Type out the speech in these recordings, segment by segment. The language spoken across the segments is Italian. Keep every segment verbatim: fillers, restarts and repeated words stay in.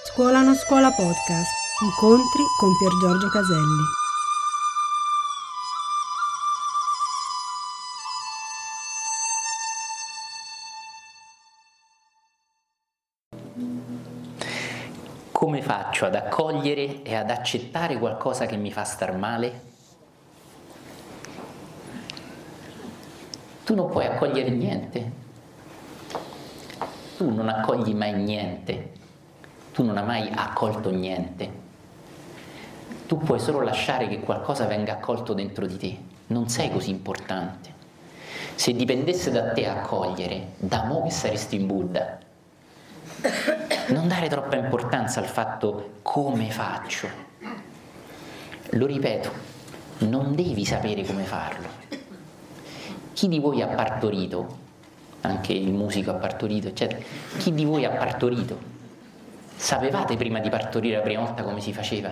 Scuola non scuola podcast. Incontri con Pier Giorgio Caselli. Come faccio ad accogliere e ad accettare qualcosa che mi fa star male? Tu non puoi accogliere niente. Tu non accogli mai niente. Tu non hai mai accolto niente. Tu puoi solo lasciare che qualcosa venga accolto dentro di te. Non sei così importante. Se dipendesse da te accogliere, da mo' che saresti in Buddha. Non dare troppa importanza al fatto come faccio. Lo ripeto, non devi sapere come farlo. Chi di voi ha partorito, anche il musico ha partorito, eccetera, chi di voi ha partorito? Sapevate prima di partorire la prima volta come si faceva?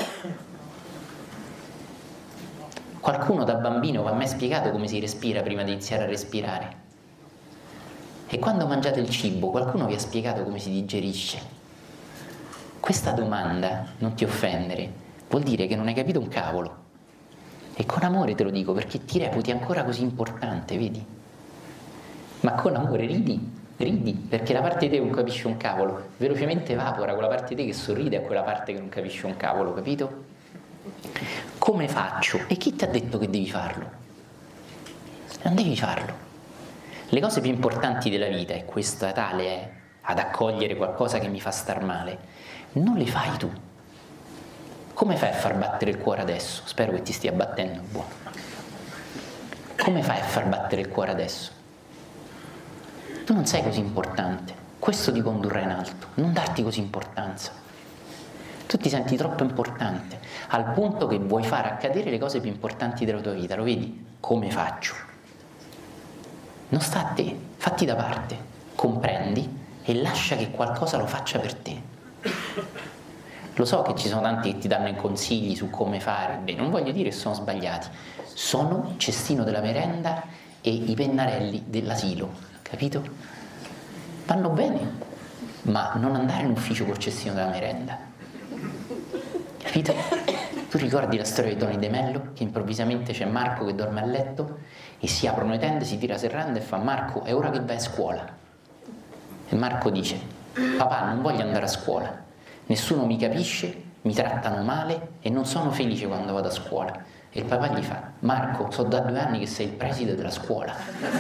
Qualcuno da bambino vi ha mai spiegato come si respira prima di iniziare a respirare? E quando mangiate il cibo, qualcuno vi ha spiegato come si digerisce? Questa domanda, non ti offendere, vuol dire che non hai capito un cavolo. E con amore te lo dico, perché ti reputi ancora così importante, vedi? Ma con amore ridi, ridi, perché la parte di te che non capisce un cavolo velocemente evapora quella parte di te che sorride a quella parte che non capisce un cavolo, capito? Come faccio? E chi ti ha detto che devi farlo? Non devi farlo. Le cose più importanti della vita, e questa tale è, ad accogliere qualcosa che mi fa star male, non le fai tu. Come fai a far battere il cuore adesso? Spero che ti stia battendo, buono. Come fai a far battere il cuore adesso? Tu non sei così importante, questo ti condurrà in alto, non darti così importanza. Tu ti senti troppo importante, al punto che vuoi far accadere le cose più importanti della tua vita, lo vedi? Come faccio? Non sta a te, fatti da parte, comprendi e lascia che qualcosa lo faccia per te. Lo so che ci sono tanti che ti danno i consigli su come fare, beh, non voglio dire che sono sbagliati, sono il cestino della merenda e i pennarelli dell'asilo, capito? Vanno bene, ma non andare in ufficio col cestino della merenda, capito? Tu ricordi la storia di Tony De Mello, che improvvisamente c'è Marco che dorme a letto e si aprono le tende, si tira serranda e fa: Marco, è ora che vai a scuola. E Marco dice: papà, non voglio andare a scuola, nessuno mi capisce, mi trattano male e non sono felice quando vado a scuola. E il papà gli fa: Marco, so da due anni che sei il preside della scuola.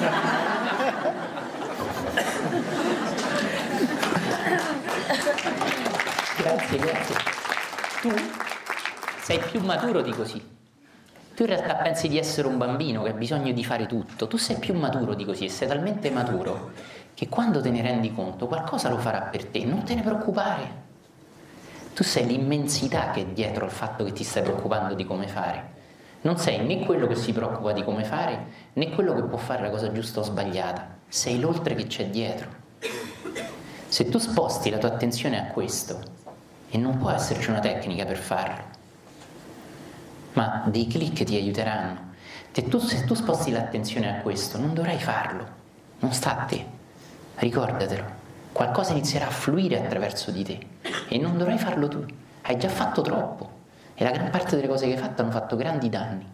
Grazie, grazie. Tu sei più maturo di così. Tu in realtà pensi di essere un bambino che ha bisogno di fare tutto. Tu sei più maturo di così e sei talmente maturo che quando te ne rendi conto qualcosa lo farà per te. Non te ne preoccupare. Tu sei l'immensità che è dietro al fatto che ti stai preoccupando di come fare. Non sei né quello che si preoccupa di come fare, né quello che può fare la cosa giusta o sbagliata. Sei l'oltre che c'è dietro. Se tu sposti la tua attenzione a questo, e non può esserci una tecnica per farlo, ma dei click ti aiuteranno. Se tu, se tu sposti l'attenzione a questo, non dovrai farlo. Non sta a te. Ricordatelo. Qualcosa inizierà a fluire attraverso di te e non dovrai farlo tu. Hai già fatto troppo e la gran parte delle cose che hai fatto hanno fatto grandi danni.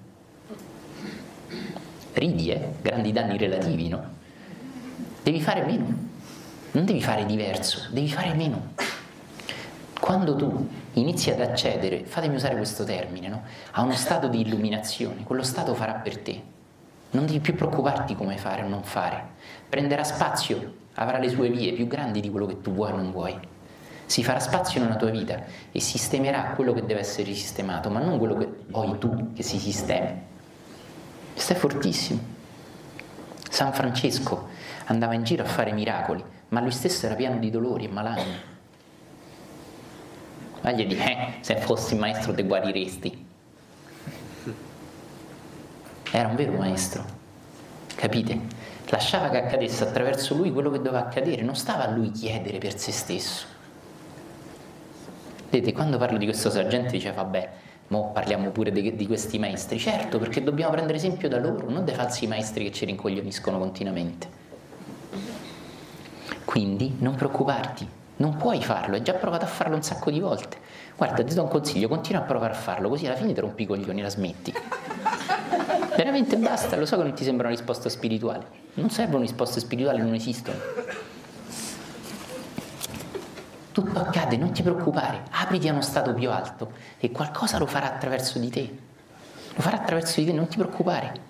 Ridi, eh? Grandi danni relativi, no? Devi fare meno. Non devi fare diverso, devi fare meno. Quando tu inizi ad accedere, fatemi usare questo termine, no? A uno stato di illuminazione, quello stato farà per te. Non devi più preoccuparti come fare o non fare. Prenderà spazio, avrà le sue vie più grandi di quello che tu vuoi o non vuoi. Si farà spazio nella tua vita e sistemerà quello che deve essere sistemato, ma non quello che vuoi tu che si sistemi. Questo è fortissimo. San Francesco andava in giro a fare miracoli, ma lui stesso era pieno di dolori e malanni. Ma gli dice: eh, se fossi maestro te guariresti. Era un vero maestro, capite? Lasciava che accadesse attraverso lui quello che doveva accadere, non stava a lui chiedere per se stesso. Vedete, quando parlo di questo la gente dice: vabbè, mo parliamo pure di, di questi maestri. Certo, perché dobbiamo prendere esempio da loro, non dai falsi maestri che ci rincoglioniscono continuamente. Quindi non preoccuparti, Non puoi farlo, hai già provato a farlo un sacco di volte. Guarda, ti do un consiglio, continua a provare a farlo, così alla fine ti rompi i coglioni, la smetti. Veramente basta, lo so che non ti sembra una risposta spirituale. Non servono risposte spirituali, non esistono. Tutto accade, non ti preoccupare, apriti a uno stato più alto e qualcosa lo farà attraverso di te. Lo farà attraverso di te, non ti preoccupare.